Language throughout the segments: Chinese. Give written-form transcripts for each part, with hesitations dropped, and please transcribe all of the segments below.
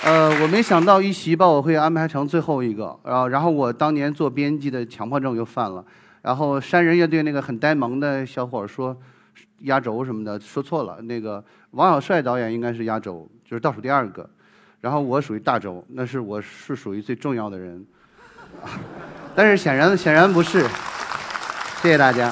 我没想到一席把我会安排成最后一个，然后我当年做编辑的强迫症又犯了，然后山人乐队那个很呆萌的小伙说压轴什么的，说错了，那个王小帅导演应该是压轴，就是倒数第二个，然后我属于大轴，我是属于最重要的人，但是显然不是，谢谢大家。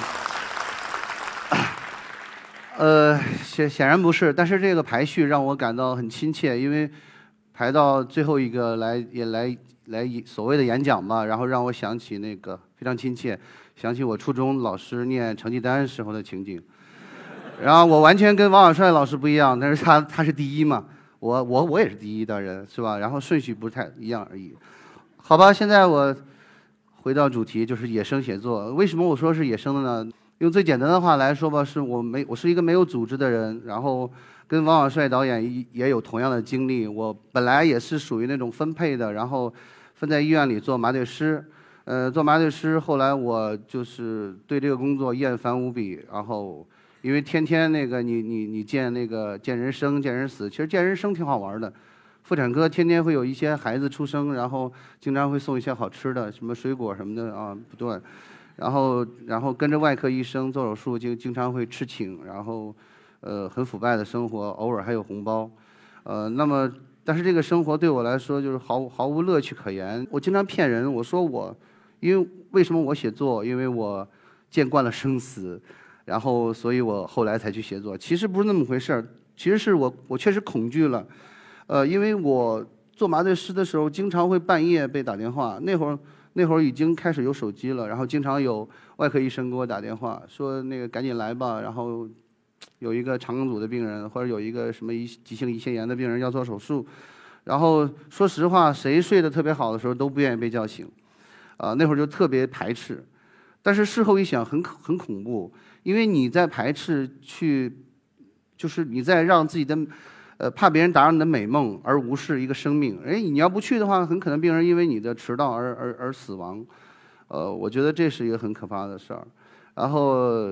显然不是，但是这个排序让我感到很亲切，因为排到最后一个来所谓的演讲吧，然后让我想起那个非常亲切，想起我初中老师念成绩单时候的情景。然后我完全跟王小帅老师不一样，但是他是第一嘛，我也是第一的人是吧？然后顺序不太一样而已。好吧，现在我回到主题，就是野生写作。为什么我说是野生的呢？用最简单的话来说吧，我是一个没有组织的人，然后跟王小帅导演也有同样的经历。我本来也是属于那种分配的，然后分在医院里做麻醉师，做麻醉师。后来我就是对这个工作厌烦无比，然后因为天天那个你见人生见人死，其实见人生挺好玩的。妇产科天天会有一些孩子出生，然后经常会送一些好吃的，什么水果什么的啊，不断。然后跟着外科医生做手术，就经常会吃请，然后很腐败的生活，偶尔还有红包，但是这个生活对我来说就是毫无乐趣可言。我经常骗人，我说因为为什么我写作？因为我见惯了生死，然后所以我后来才去写作。其实不是那么回事儿，其实是我确实恐惧了，因为我做麻醉师的时候经常会半夜被打电话，那会儿已经开始有手机了，然后经常有外科医生给我打电话，说那个赶紧来吧，然后有一个肠梗阻的病人，或者有一个什么急性胰腺炎的病人要做手术，然后说实话，谁睡得特别好的时候都不愿意被叫醒，那会儿就特别排斥，但是事后一想很恐怖，因为你在排斥就是你在让自己的。怕别人打扰你的美梦而无视一个生命。你要不去的话，很可能病人因为你的迟到而死亡。我觉得这是一个很可怕的事儿。然后，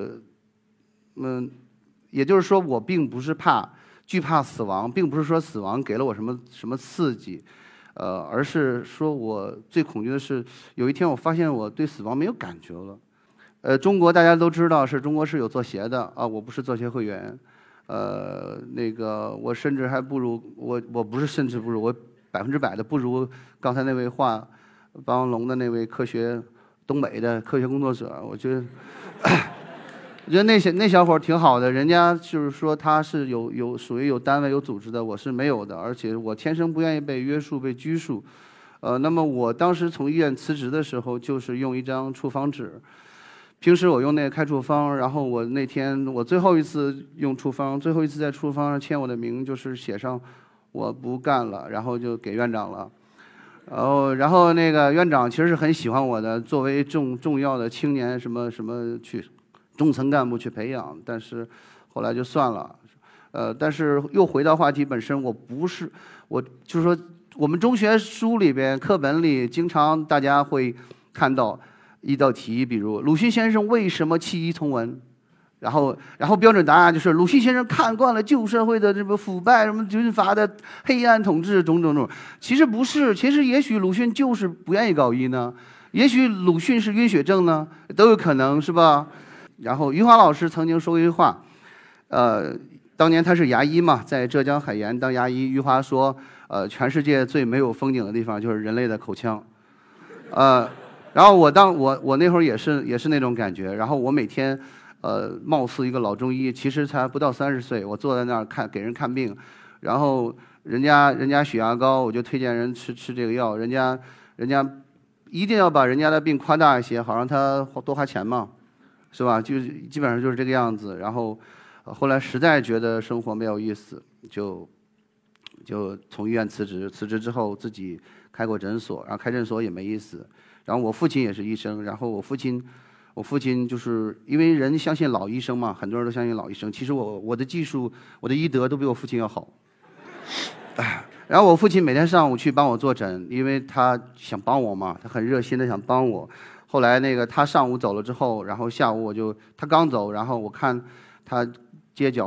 也就是说，我并不是惧怕死亡，并不是说死亡给了我什么刺激，而是说我最恐惧的是有一天我发现我对死亡没有感觉了。中国大家都知道中国是有做鞋的啊，我不是做鞋会员。我甚至还不如我不是甚至不如我100%的不如刚才那位画霸王龙的那位东北的科学工作者。我觉得那小伙挺好的，人家就是说他是属于有单位有组织的，我是没有的，而且我天生不愿意被约束被拘束。那么我当时从医院辞职的时候，就是用一张处方纸。平时我用那个开处方，然后我那天我最后一次用处方，最后一次在处方上签我的名，就是写上我不干了，然后就给院长了。然后那个院长其实是很喜欢我的，作为重要的青年什么去中层干部去培养，但是后来就算了。但是又回到话题本身，我就是说我们中学书里边课本里经常大家会看到。一道题，比如鲁迅先生为什么弃医从文？然后标准答案就是鲁迅先生看惯了旧社会的这个腐败、什么军阀的黑暗统治，种。其实不是，其实也许鲁迅就是不愿意搞医呢，也许鲁迅是晕血症呢，都有可能是吧？然后余华老师曾经说过一句话，当年他是牙医嘛，在浙江海盐当牙医，余华说，全世界最没有风景的地方就是人类的口腔，然后我那会儿也是那种感觉，然后我每天，貌似一个老中医，其实才不到30岁，我坐在那儿给人看病，然后人家血压高，我就推荐人吃这个药，人家一定要把人家的病夸大一些，好让他多花钱嘛，是吧？就基本上就是这个样子。然后后来实在觉得生活没有意思，就从医院辞职，辞职之后自己开过诊所，然后开诊所也没意思。然后我父亲也是医生，然后我父亲就是因为人相信老医生嘛，很多人都相信老医生。其实我的技术、我的医德都比我父亲要好。然后我父亲每天上午去帮我坐诊，因为他想帮我嘛，他很热心的想帮我。后来他上午走了之后，然后下午他刚走，然后我看他街角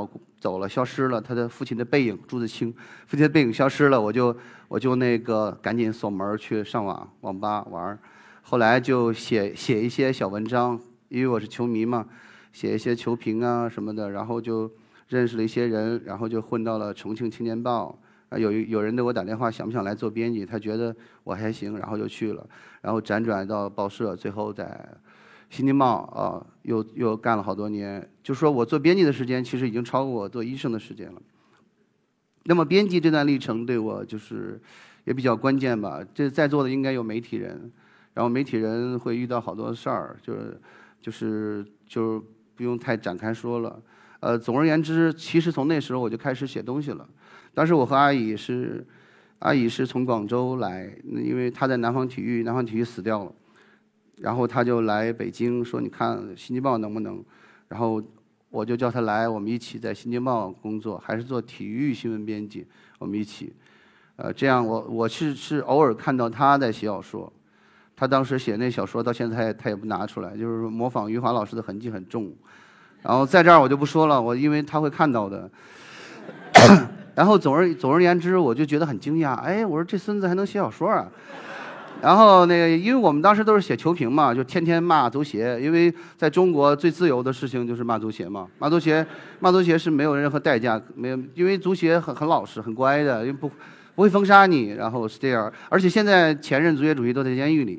走了，消失了，他的父亲的背影，朱自清父亲的背影消失了，我就那个赶紧锁门去上网吧玩，后来就写一些小文章，因为我是球迷嘛，写一些球评啊什么的，然后就认识了一些人，然后就混到了重庆青年报。有人对我打电话，想不想来做编辑？他觉得我还行，然后就去了，然后辗转到报社，最后在新京报啊，又干了好多年。就说我做编辑的时间，其实已经超过我做医生的时间了。那么编辑这段历程对我就是也比较关键吧。这在座的应该有媒体人，然后媒体人会遇到好多事儿，就是不用太展开说了。总而言之，其实从那时候我就开始写东西了。当时我和阿姨是从广州来，因为她在南方体育死掉了，然后她就来北京说：“你看《新京报》能不能？”然后我就叫她来，我们一起在《新京报》工作，还是做体育新闻编辑，我们一起。这样我是偶尔看到她在写小说，她当时写那小说到现在她也不拿出来，就是模仿余华老师的痕迹很重。然后在这儿我就不说了，因为她会看到的。然后总而言之，我就觉得很惊讶，哎，我说这孙子还能写小说啊！然后那个，因为我们当时都是写球评嘛，就天天骂足协，因为在中国最自由的事情就是骂足协嘛，骂足协是没有任何代价，没有，因为足协很老实、很乖的，因为不会封杀你，然后是这样，而且现在前任足协主席都在监狱里，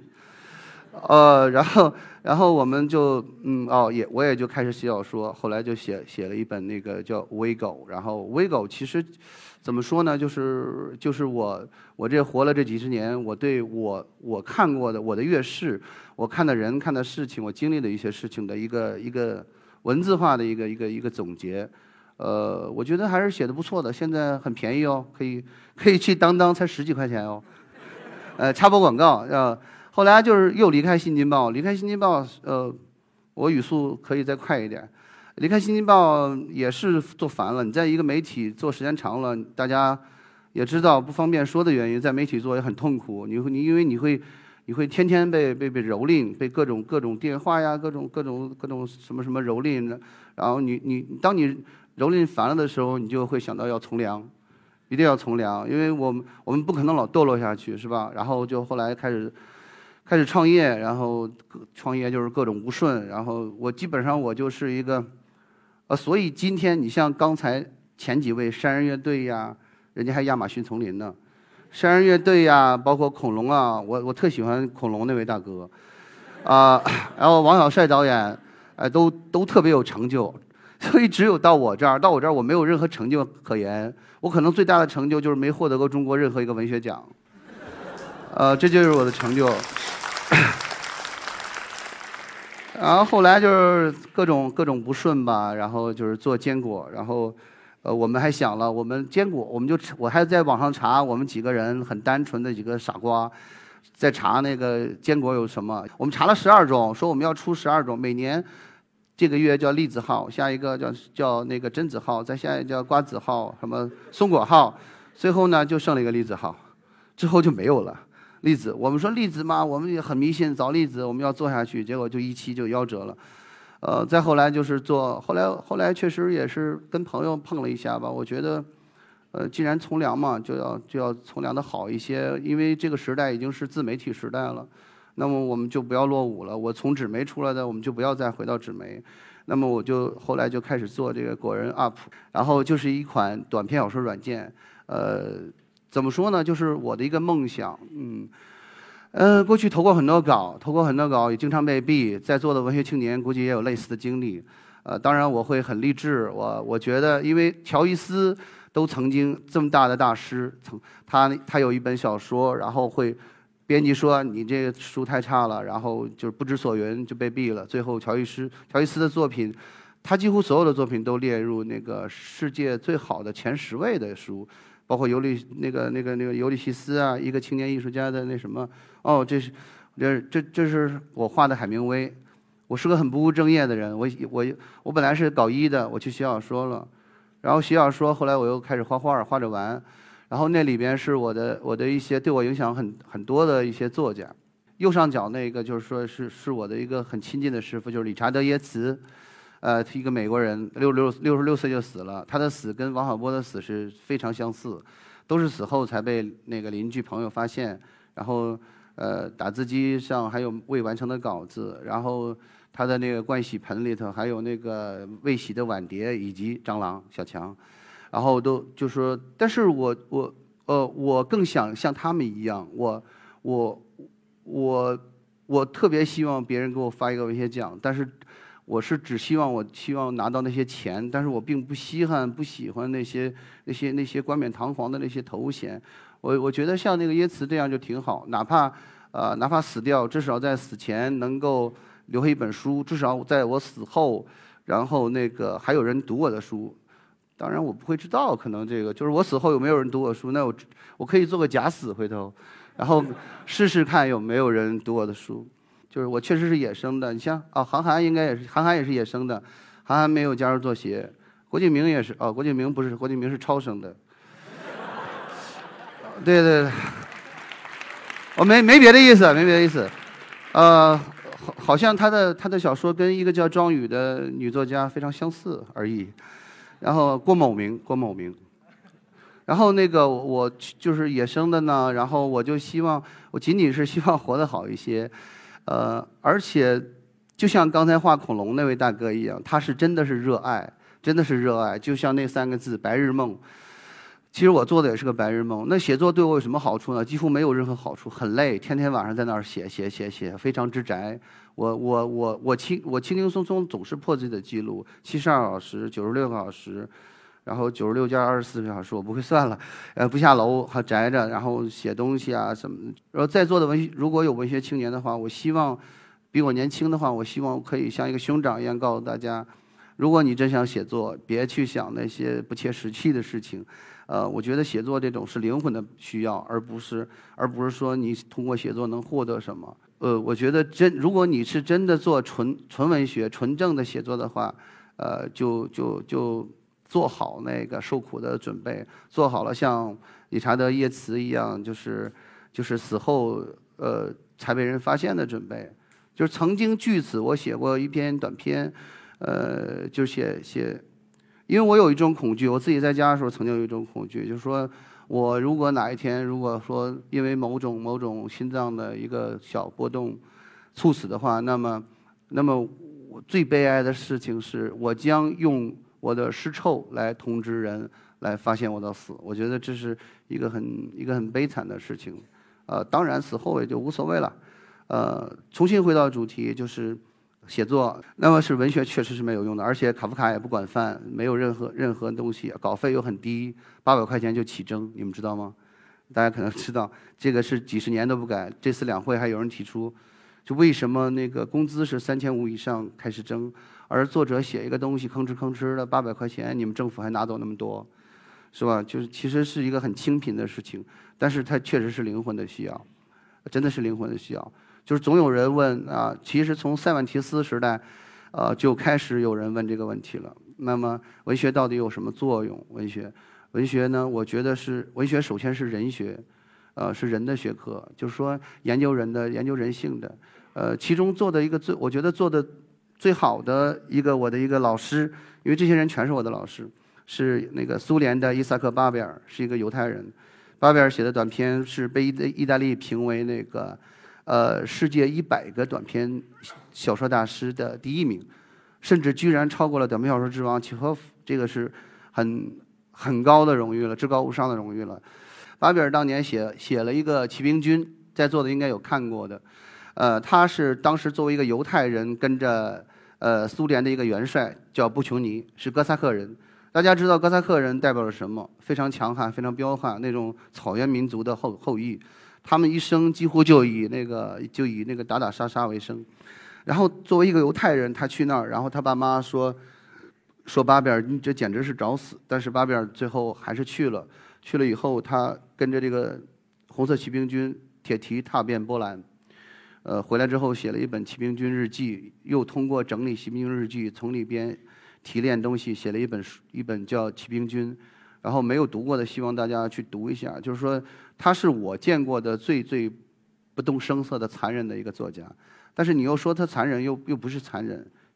然后我们就我也就开始写小说，后来就写了一本那个叫《微狗》，然后《微狗》其实怎么说呢，就是我这活了这几十年，我对我看过的我的阅视，我看的人看的事情，我经历的一些事情的一个文字化的一个总结，我觉得还是写的不错的，现在很便宜哦，可以去当才10几块钱哦，插播广告后来就是又离开新京报，我语速可以再快一点。离开新京报也是做烦了，你在一个媒体做时间长了，大家也知道不方便说的原因，在媒体做也很痛苦。因为你会天天被蹂躏，被各种电话呀，各种什么蹂躏，然后当你蹂躏烦了的时候，你就会想到要从良。一定要从良，因为我们不可能老堕落下去，是吧？然后就后来开始创业，然后创业就是各种不顺，然后我基本上我就是一个，所以今天你像刚才前几位山人乐队呀，人家还亚马逊丛林呢，山人乐队呀，包括恐龙啊，我特喜欢恐龙那位大哥，然后王小帅导演，都特别有成就，所以只有到我这儿我没有任何成就可言，我可能最大的成就就是没获得过中国任何一个文学奖，这就是我的成就。然后后来就是各种不顺吧，然后就是做坚果，然后，我们还想了，我们坚果，我还在网上查，我们几个人很单纯的几个傻瓜，在查那个坚果有什么，我们查了12种，说我们要出12种，每年，这个月叫栗子号，下一个叫那个榛子号，再下一个叫瓜子号，什么松果号，最后呢就剩了一个栗子号，之后就没有了。栗子，我们说栗子嘛，我们也很迷信，找栗子我们要做下去，结果就一期就夭折了。再后来就是做，后来确实也是跟朋友碰了一下吧，我觉得，既然从良嘛，就要从良的好一些，因为这个时代已经是自媒体时代了，那么我们就不要落伍了。我从纸媒出来的，我们就不要再回到纸媒。那么我就后来就开始做这个果仁 UP， 然后就是一款短篇小说软件，怎么说呢？就是我的一个梦想，过去投过很多稿，也经常被毙。在座的文学青年估计也有类似的经历，当然我会很励志。我觉得，因为乔伊斯都曾经这么大的大师，他有一本小说，然后编辑说你这个书太差了，然后就是不知所云就被毙了。最后乔伊斯的作品，他几乎所有的作品都列入那个世界最好的前10位的书。包括尤利西斯啊，一个青年艺术家的那什么，这是我画的海明威。我是个很不务正业的人，我本来是搞医的，我去写小说了，然后写小说，后来我又开始画画，画着玩，然后那里边是我的一些对我影响很多的一些作家。右上角那个就是说是我的一个很亲近的师傅，就是理查德耶茨。 一个美国人，66岁就死了。他的死跟王小波的死是非常相似，都是死后才被那个邻居朋友发现，然后打字机上还有未完成的稿子，然后他的那个盥洗盆里头还有那个未洗的碗碟以及蟑螂小强，然后就说，但是我更想像他们一样，我特别希望别人给我发一个文学奖，但是我希望拿到那些钱，但是我并不稀罕不喜欢那些冠冕堂皇的那些头衔。我觉得像那个耶茨这样就挺好，哪怕死掉，至少在死前能够留下一本书，至少在我死后，然后那个还有人读我的书。当然我不会知道，可能这个就是我死后有没有人读我书，那我可以做个假死回头，然后试试看有没有人读我的书。就是我确实是野生的，你像韩寒也是野生的，韩寒没有加入作协，郭敬明也是郭敬明不是，郭敬明是超生的。对对对，我没别的意思，没别的意思，好像他的小说跟一个叫庄宇的女作家非常相似而已。然后郭某明，然后那个我就是野生的呢，然后我仅仅是希望活得好一些，而且就像刚才画恐龙那位大哥一样，他是真的是热爱，就像那3个字白日梦。其实我做的也是个白日梦。那写作对我有什么好处呢？几乎没有任何好处，很累，天天晚上在那儿写，非常之宅。我轻轻松松总是破自己的记录，72小时、96个小时，然后96加24个小时，我不会算了，不下楼还宅着，然后写东西啊什么。然后在座的如果有文学青年的话，我希望比我年轻的话，我希望可以像一个兄长一样告诉大家，如果你真想写作，别去想那些不切实际的事情。我觉得写作这种是灵魂的需要，而不是说你通过写作能获得什么。我觉得如果你是真的做纯文学、纯正的写作的话，就做好那个受苦的准备，做好了像理查德耶茨一样，就是死后才被人发现的准备。就是曾经据此，我写过一篇短篇，就写。因为我有一种恐惧，我自己在家的时候曾经有一种恐惧，就是说我如果哪一天如果说因为某种心脏的一个小波动猝死的话，那么我最悲哀的事情是我将用我的尸臭来通知人来发现我的死。我觉得这是一个很悲惨的事情。当然死后也就无所谓了。重新回到主题，就是写作，那么是文学确实是没有用的，而且卡夫卡也不管饭，没有任何东西，稿费又很低，800块钱就起征，你们知道吗？大家可能知道，这个是几十年都不改。这次两会还有人提出，就为什么那个工资是3500以上开始征，而作者写一个东西吭哧的800块钱，你们政府还拿走那么多，是吧？就是其实是一个很清贫的事情，但是它确实是灵魂的需要，真的是灵魂的需要。就是总有人问其实从塞万提斯时代，就开始有人问这个问题了。那么文学到底有什么作用？文学呢？我觉得是文学，首先是人学，是人的学科，就是说研究人的、研究人性的。其中我觉得做的最好的我的一个老师，因为这些人全是我的老师，是那个苏联的伊萨克·巴贝尔，是一个犹太人。巴贝尔写的短篇是被意大利评为那个。世界100个短篇小说大师的第1名，甚至居然超过了短篇小说之王契诃夫，这个是很高的荣誉了，至高无上的荣誉了。巴比尔当年写了一个骑兵军，在座的应该有看过的。他是当时作为一个犹太人，跟着苏联的一个元帅叫布琼尼，是哥萨克人。大家知道哥萨克人代表了什么？非常强悍，非常彪悍，那种草原民族的后裔。他们一生几乎就以那个打杀为生，然后作为一个犹太人，他去那儿，然后他爸妈说巴比尔，你这简直是找死。但是巴比尔最后还是去了以后，他跟着这个红色骑兵军铁蹄踏遍波兰，回来之后写了一本骑兵军日记，又通过整理骑兵军日记，从里边提炼东西，写了一本叫《骑兵军》。然后没有读过的，希望大家去读一下。就是说，他是我见过的最不动声色的残忍的一个作家。但是你又说他残忍，又不是残忍，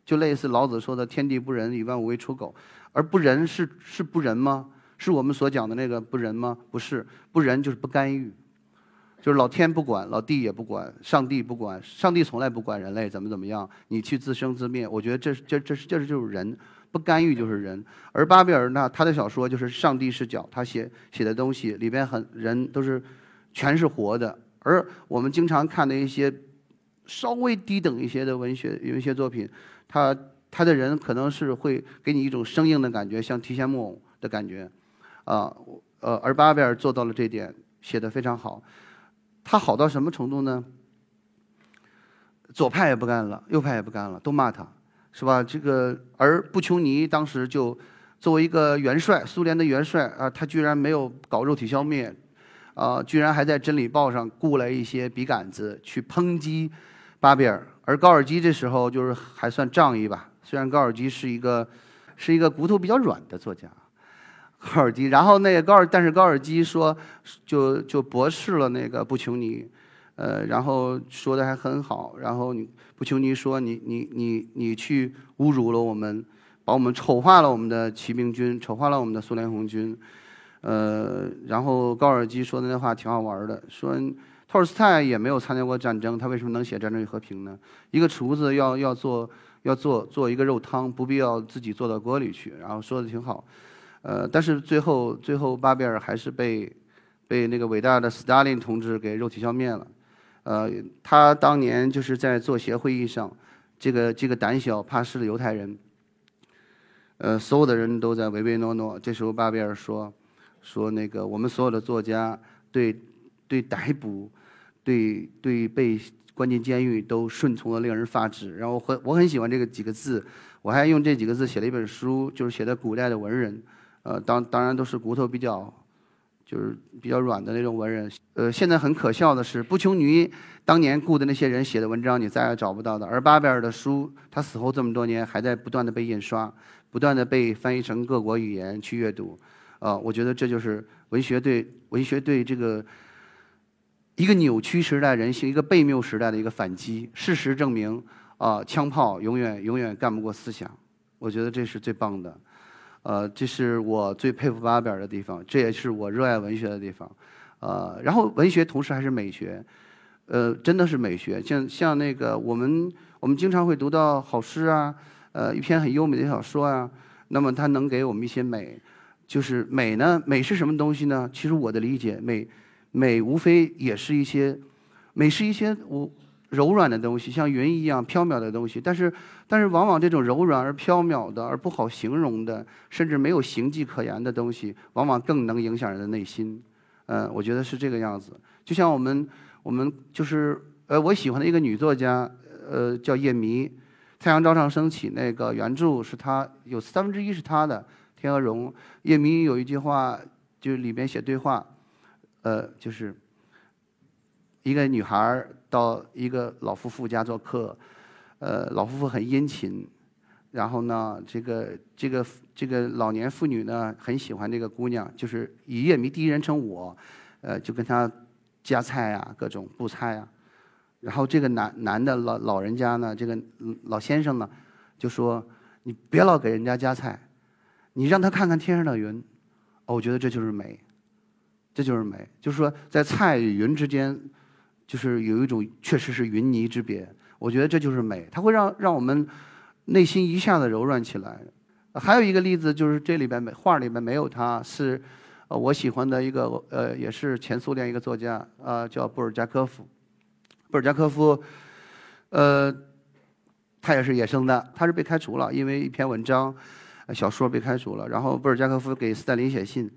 就类似老子说的“天地不仁，以万物为刍狗”，而不仁是不仁吗？是我们所讲的那个不仁吗？不是，不仁就是不干预，就是老天不管，老地也不管，上帝不管，上帝从来不管人类怎么样，你去自生自灭。我觉得这就是仁，不干预就是仁。而巴比尔呢，他的小说就是上帝视角，他写的东西里边人都是全是活的，而我们经常看的一些稍微低等一些的文学作品，他的人可能是会给你一种生硬的感觉，像提线木偶的感觉，而巴比尔做到了这点，写得非常好。他好到什么程度呢？左派也不干了，右派也不干了，都骂他，是吧？而布琼尼当时就作为一个元帅，苏联的元帅啊，他居然没有搞肉体消灭，居然还在《真理报》上雇了一些笔杆子去抨击巴比尔。而高尔基这时候就是还算仗义吧，虽然高尔基是一个骨头比较软的作家。高尔基，然后但是高尔基说就驳斥了那个布琼尼，然后说的还很好。然后布琼尼说你去侮辱了我们，把我们丑化了我们的骑兵军，丑化了我们的苏联红军。然后高尔基说的那话挺好玩的，说托尔斯泰也没有参加过战争，他为什么能写《战争与和平》呢？一个厨子要做一个肉汤，不必要自己做到锅里去。然后说的挺好。但是最后巴比尔还是被那个伟大的斯大林同志给肉体消灭了。他当年就是在作协会议上，这个胆小怕事的犹太人，所有的人都在唯唯诺诺。这时候巴比尔说那个我们所有的作家对逮捕，对被关进监狱都顺从的令人发指。然后我很喜欢这个几个字，我还用这几个字写了一本书，就是写的古代的文人。当然都是骨头比较软的那种文人。现在很可笑的是，布琼尼当年雇的那些人写的文章，你再也找不到的。而巴比尔的书，他死后这么多年，还在不断的被印刷，不断的被翻译成各国语言去阅读。我觉得这就是文学对这个一个扭曲时代人性、一个悖谬时代的一个反击。事实证明，枪炮永远干不过思想。我觉得这是最棒的。这是我最佩服巴比尔的地方，这也是我热爱文学的地方。然后文学同时还是美学，真的是美学。像那个我们经常会读到好诗啊，一篇很优美的小说啊，那么它能给我们一些美。就是美呢，美是什么东西呢？其实我的理解，美无非也是一些柔软的东西，像云一样飘渺的东西，但是往往这种柔软而飘渺的，而不好形容的，甚至没有形迹可言的东西，往往更能影响人的内心。我觉得是这个样子。就像我们就是我喜欢的一个女作家，叫叶迷，《太阳照常升起》那个原著是她有1/3是她的，天鹅绒。叶迷有一句话，就里边写对话，就是一个女孩到一个老夫妇家做客，老夫妇很殷勤，然后呢，这个老年妇女呢很喜欢这个姑娘，就是以叶迷第一人称我，就跟她夹菜啊，各种布菜啊，然后这个男的老人家呢，这个老先生呢，就说你别老给人家夹菜，你让他看看天上的云。我觉得这就是美，这就是美，就是说在菜与云之间。就是有一种确实是云泥之别，我觉得这就是美，它会让我们内心一下子柔软起来。还有一个例子就是这里边画里边没有他，是我喜欢的一个也是前苏联一个作家叫布尔加科夫。布尔加科夫他也是野生的，他是被开除了，因为一篇文章小说被开除了。然后布尔加科夫给斯大林写信，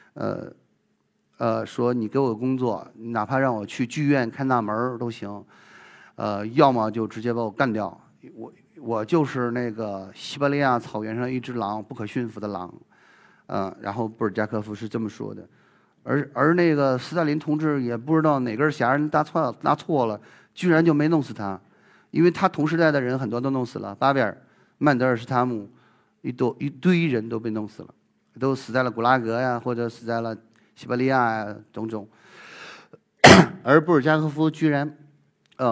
说你给我个工作，哪怕让我去剧院看大门都行，要么就直接把我干掉。我就是那个西伯利亚草原上一只狼，不可驯服的狼。然后布尔加科夫是这么说的，而那个斯大林同志也不知道哪根弦拿错了，居然就没弄死他，因为他同时代的人很多都弄死了，巴比尔、曼德尔施塔姆，一堆人都被弄死了，都死在了古拉格呀，或者死在了西伯利亚呀种种。而布尔加科夫居然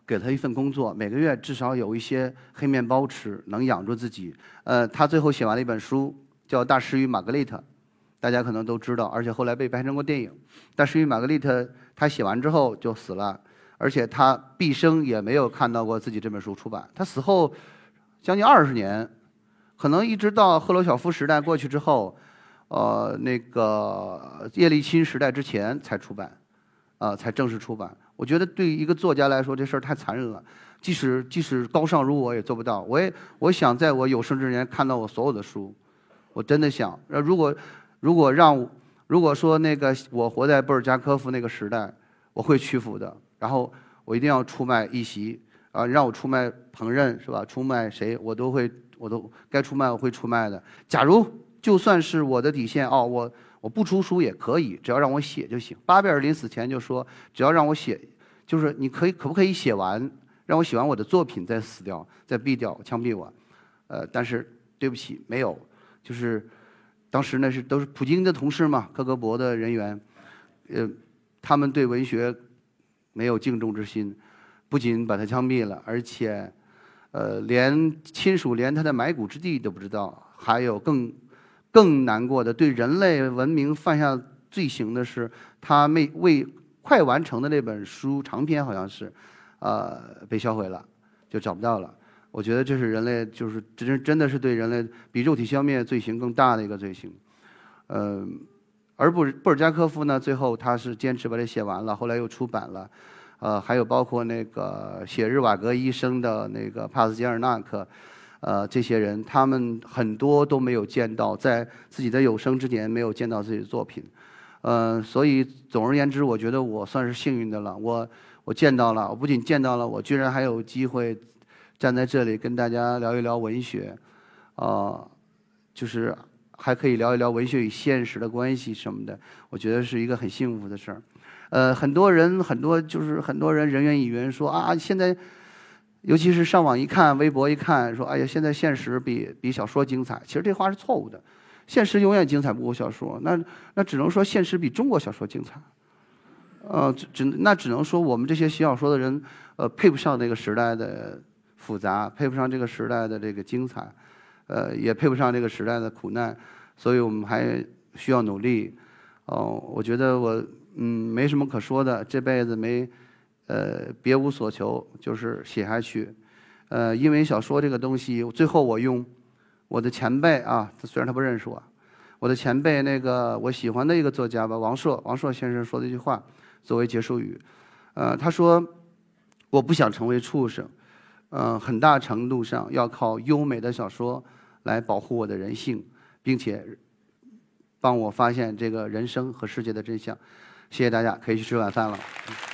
给他一份工作，每个月至少有一些黑面包吃，能养住自己。他最后写完了一本书，叫《大师与玛格丽特》，大家可能都知道，而且后来被拍成过电影。《大师与玛格丽特》他写完之后就死了，而且他毕生也没有看到过自己这本书出版。他死后将近20年，可能一直到赫鲁晓夫时代过去之后，那个叶利钦时代之前才出版，才正式出版。我觉得对于一个作家来说，这事儿太残忍了。即使高尚如我也做不到。我想在我有生之年看到我所有的书，我真的想。如果说那个我活在布尔加科夫那个时代，我会屈服的。然后我一定要出卖一席啊，让我出卖烹饪是吧？出卖谁我都该出卖我会出卖的。假如就算是我的底线我不出书也可以，只要让我写就行。巴贝尔临死前就说，只要让我写，就是你可不可以写完，让我写完我的作品再死掉，再毙掉，枪毙我。但是对不起，没有，就是当时那都是普京的同事嘛，KGB的人员，他们对文学没有敬重之心，不仅把他枪毙了，而且连亲属连他的埋骨之地都不知道。还有更难过的，对人类文明犯下罪行的是，他未快完成的那本书长篇好像是，被销毁了，就找不到了。我觉得这是人类，就是真的是对人类比肉体消灭罪行更大的一个罪行。而布尔加科夫呢，最后他是坚持把它写完了，后来又出版了。还有包括那个写日瓦格医生的那个帕斯捷尔纳克。这些人他们很多都没有见到，在自己的有生之年没有见到自己的作品，所以总而言之，我觉得我算是幸运的了。我见到了，我不仅见到了，我居然还有机会站在这里跟大家聊一聊文学，就是还可以聊一聊文学与现实的关系什么的，我觉得是一个很幸福的事儿。很多人人云亦云说啊，现在。尤其是上网一看，微博一看，说哎呀，现在现实比小说精彩。其实这话是错误的，现实永远精彩不过小说。那只能说现实比中国小说精彩。只能说我们这些写小说的人，配不上那个时代的复杂，配不上这个时代的这个精彩，也配不上这个时代的苦难，所以我们还需要努力。我觉得我没什么可说的，这辈子别无所求，就是写下去。因为小说这个东西，最后我用我的前辈啊，虽然他不认识我的前辈那个我喜欢的一个作家吧，王朔先生说的一句话作为结束语。他说：“我不想成为畜生，很大程度上要靠优美的小说来保护我的人性，并且帮我发现这个人生和世界的真相。”谢谢大家，可以去吃晚饭了。